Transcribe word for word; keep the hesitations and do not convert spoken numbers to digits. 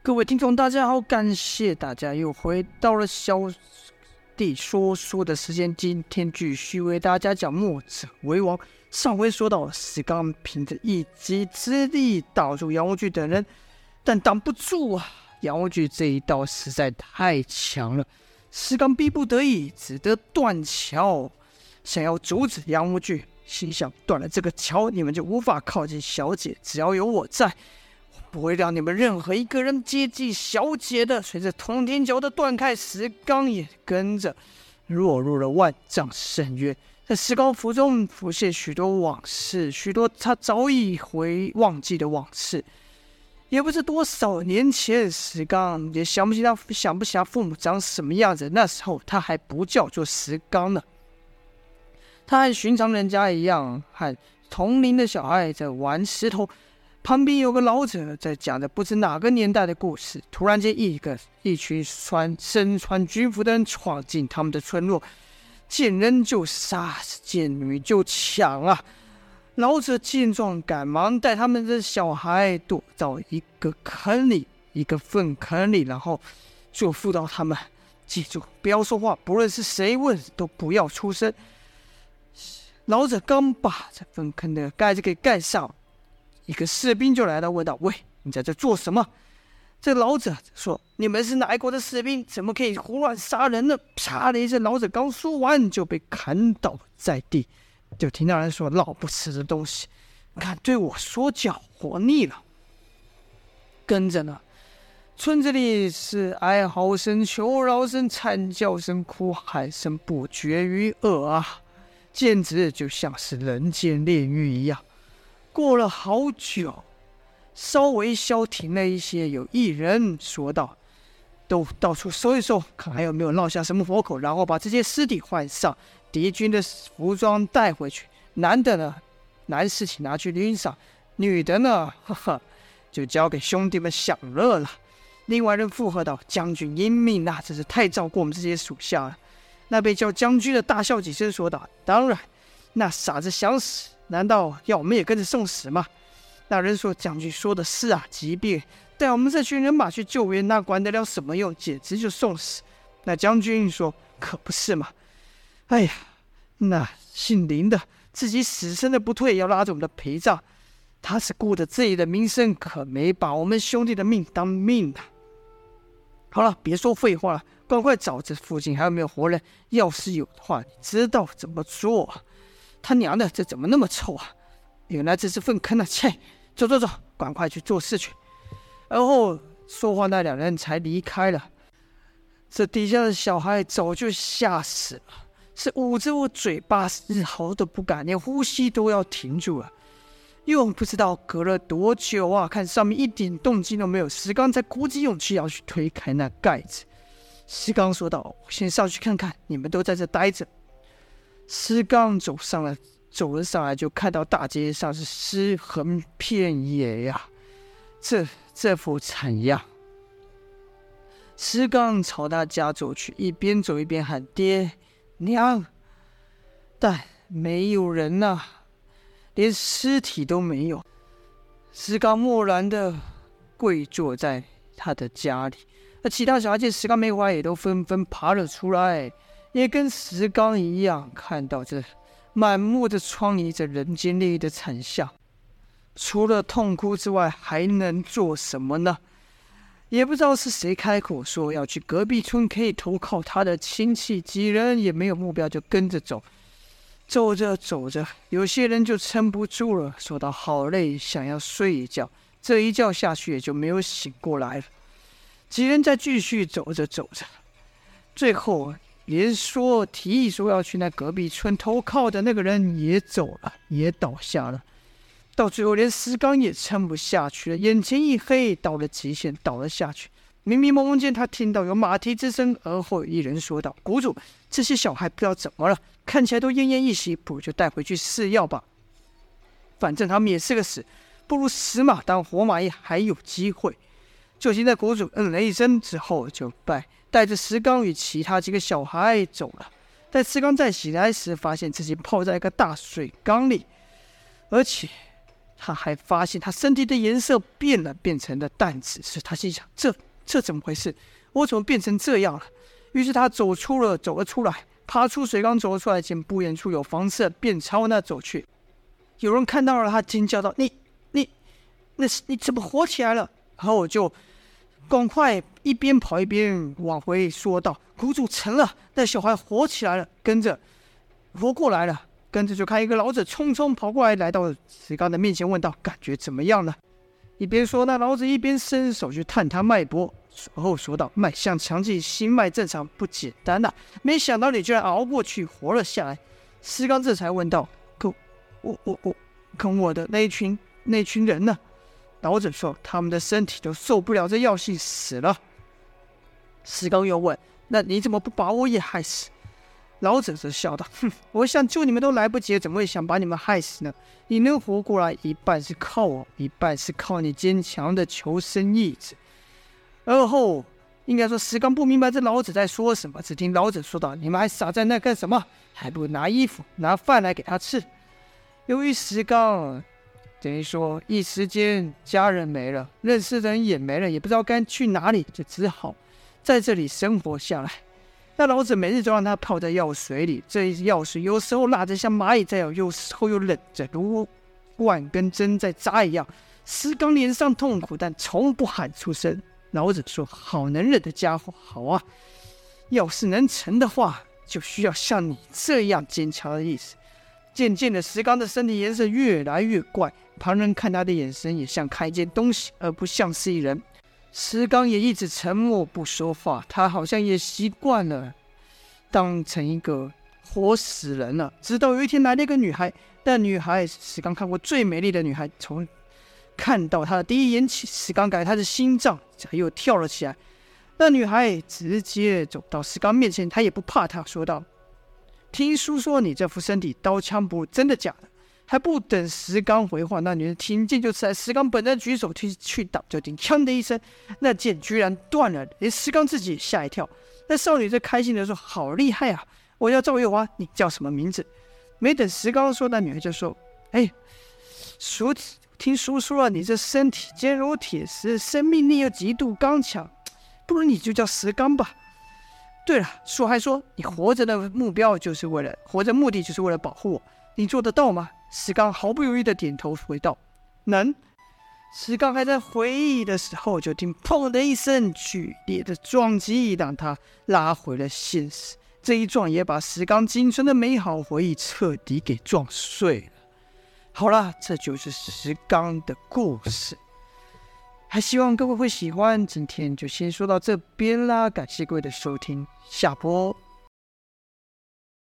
各位听众大家好，感谢大家又回到了小弟说书的时间。今天继续为大家讲墨者为王。上回说到石刚凭着一己之力挡住杨无惧等人，但挡不住啊，杨无惧这一刀实在太强了，石刚逼不得已只得断桥，想要阻止杨无惧，心想断了这个桥，你们就无法靠近小姐，只要有我在，不会让你们任何一个人接近小姐的。随着通天桥的断开，石刚也跟着落入了万丈深渊。在石刚腹中浮现许多往事，许多他早已回忘记的往事。也不知多少年前，石刚也想不起他想不起他父母长什么样子。那时候他还不叫做石刚呢，他和寻常人家一样，和同龄的小孩在玩石头。旁边有个老者在讲着不知哪个年代的故事。突然间，一个一群穿身穿军服的人闯进他们的村落，见人就杀，见女就抢啊！老者见状，赶忙带他们的小孩躲到一个坑里，一个粪坑里，然后嘱咐到他们：记住，不要说话，不论是谁问，都不要出声。老者刚把这粪坑的盖子给盖上，一个士兵就来到，问道：“喂，你在这做什么？”这老者说：“你们是哪一国的士兵？怎么可以胡乱杀人呢？”啪的一声，老者刚说完就被砍倒在地。就听到人说：“老不吃的东西，敢对我说教，活腻了。”跟着呢，村子里是哀嚎声、求饶声、惨叫声、哭喊声不绝于耳啊，简直就像是人间炼狱一样。过了好久，稍微消停了一些，有一人说道：“都到处搜一搜，看还有没有落下什么活口，然后把这些尸体换上敌军的服装带回去。男的呢，男士请拿去领赏；女的呢，呵呵，就交给兄弟们享乐了。”另外人附和道：“将军英明啊，真是太照顾我们这些属下了。”那被叫将军的大笑几声，说道：“当然，那傻子想死，难道要我们也跟着送死吗？”那人说：“将军说的是啊，即便带我们这群人马去救援，那管得了什么用？简直就送死。”那将军说：“可不是嘛！哎呀，那姓林的自己死生的不退，要拉着我们的陪葬，他是顾着自己的名声，可没把我们兄弟的命当命啊！好了，别说废话了，赶快找这附近还有没有活人，要是有的话，你知道怎么做啊？他娘的，这怎么那么臭啊？原来这是粪坑啊！切，走走走，赶快去做事去。”然后说话那两人才离开了。这底下的小孩早就吓死了，是捂着我嘴巴，丝毫都不敢，连呼吸都要停住了。又不知道隔了多久啊，看上面一点动静都没有，石刚才鼓起勇气要去推开那盖子。石刚说道：“我先上去看看，你们都在这待着。”石刚走上了走了上来，就看到大街上是尸横遍野呀，这这副惨样。石刚朝他家走去，一边走一边喊：“爹娘！”但没有人啊，连尸体都没有。石刚默然的跪坐在他的家里，而其他小孩见石刚没回来，也都纷纷爬了出来，也跟石刚一样看到这满目的疮痍，这人间炼狱的惨象。除了痛哭之外，还能做什么呢？也不知道是谁开口说要去隔壁村可以投靠他的亲戚，几人也没有目标，就跟着走。走着走着，有些人就撑不住了，说到好累，想要睡一觉。这一觉下去也就没有醒过来了。几人再继续走着走着，最后连说提议说要去那隔壁村投靠的那个人也走了，也倒下了。到最后连石刚也撑不下去了，眼前一黑，到了极限，倒了下去。迷迷蒙蒙间，他听到有马蹄之声，而后有一人说道：“谷主，这些小孩不知道怎么了，看起来都奄奄一息，不如就带回去试药吧。反正他们也是个死，不如死马当活马医，还有机会。”就听在谷主嗯了一声之后，就带带着石刚与其他几个小孩走了。待石刚再醒来时，发现自己泡在一个大水缸里，而且他还发现他身体的颜色变了，变成了淡紫色。他心想：这这怎么回事？我怎么变成这样了？于是他走出了，走了出来，爬出水缸走了出来，见不远处有房舍，便朝那走去。有人看到了他，尖叫道：“你你那你怎么活起来了？”然后我就赶快一边跑一边往回说道：“谷主成了，那小孩活起来了，跟着活过来了。”跟着就看一个老者匆匆跑过来，来到石刚的面前，问道：“感觉怎么样呢？”一边说，那老者一边伸手去探他脉搏，随后说道：“脉象强劲，心脉正常，不简单呐、啊！没想到你居然熬过去，活了下来。”石刚这才问道：“跟我我我跟我的那一群那群人呢？”老者说：“他们的身体都受不了这药性，死了。”石刚又问：“那你怎么不把我也害死？”老者则笑道：“哼，我想救你们都来不及，怎么会想把你们害死呢？你能活过来，一半是靠我，一半是靠你坚强的求生意志。”而后，应该说石刚不明白这老者在说什么，只听老者说道：“你们还傻在那干什么？还不如拿衣服、拿饭来给他吃。”由于石刚等于说一时间家人没了，认识的人也没了，也不知道该去哪里，就只好在这里生活下来。那老者每日都让他泡在药水里，这药水有时候辣得像蚂蚁在咬，有时候又冷着如万根针在扎一样。石刚脸上痛苦，但从不喊出声。老者说：“好能忍的家伙，好啊！要是能成的话，就需要像你这样坚强的意思。”渐渐的，石刚的身体颜色越来越怪，旁人看他的眼神也像看一件东西，而不像是一人。石刚也一直沉默不说话，他好像也习惯了当成一个活死人了。直到有一天来了一个女孩，但女孩是石刚看过最美丽的女孩。从看到她的第一眼起，石刚感觉她的心脏又跳了起来。那女孩直接走到石刚面前，她也不怕他，说道：“听叔说你这副身体刀枪不入，真的假的？”还不等石刚回话，那女人听见就刺来。石刚本能举手去去挡，就听锵的一声，那剑居然断了，连石刚自己也吓一跳。那少女这开心的说：“好厉害啊！我叫赵月华，你叫什么名字？”没等石刚说，那女孩就说：“哎，叔，听叔说了，你这身体坚如铁石，生命力又极度刚强，不如你就叫石刚吧。对了，叔还说你活着的目标就是为了活着，目的就是为了保护我，你做得到吗？”石刚毫不犹豫的点头回道：“能。”石刚还在回忆的时候，就听砰的一声剧烈的撞击，让他拉回了现实。这一撞也把石刚仅存的美好回忆彻底给撞碎了。好了，这就是石刚的故事，还希望各位会喜欢。今天就先说到这边啦，感谢各位的收听，下播。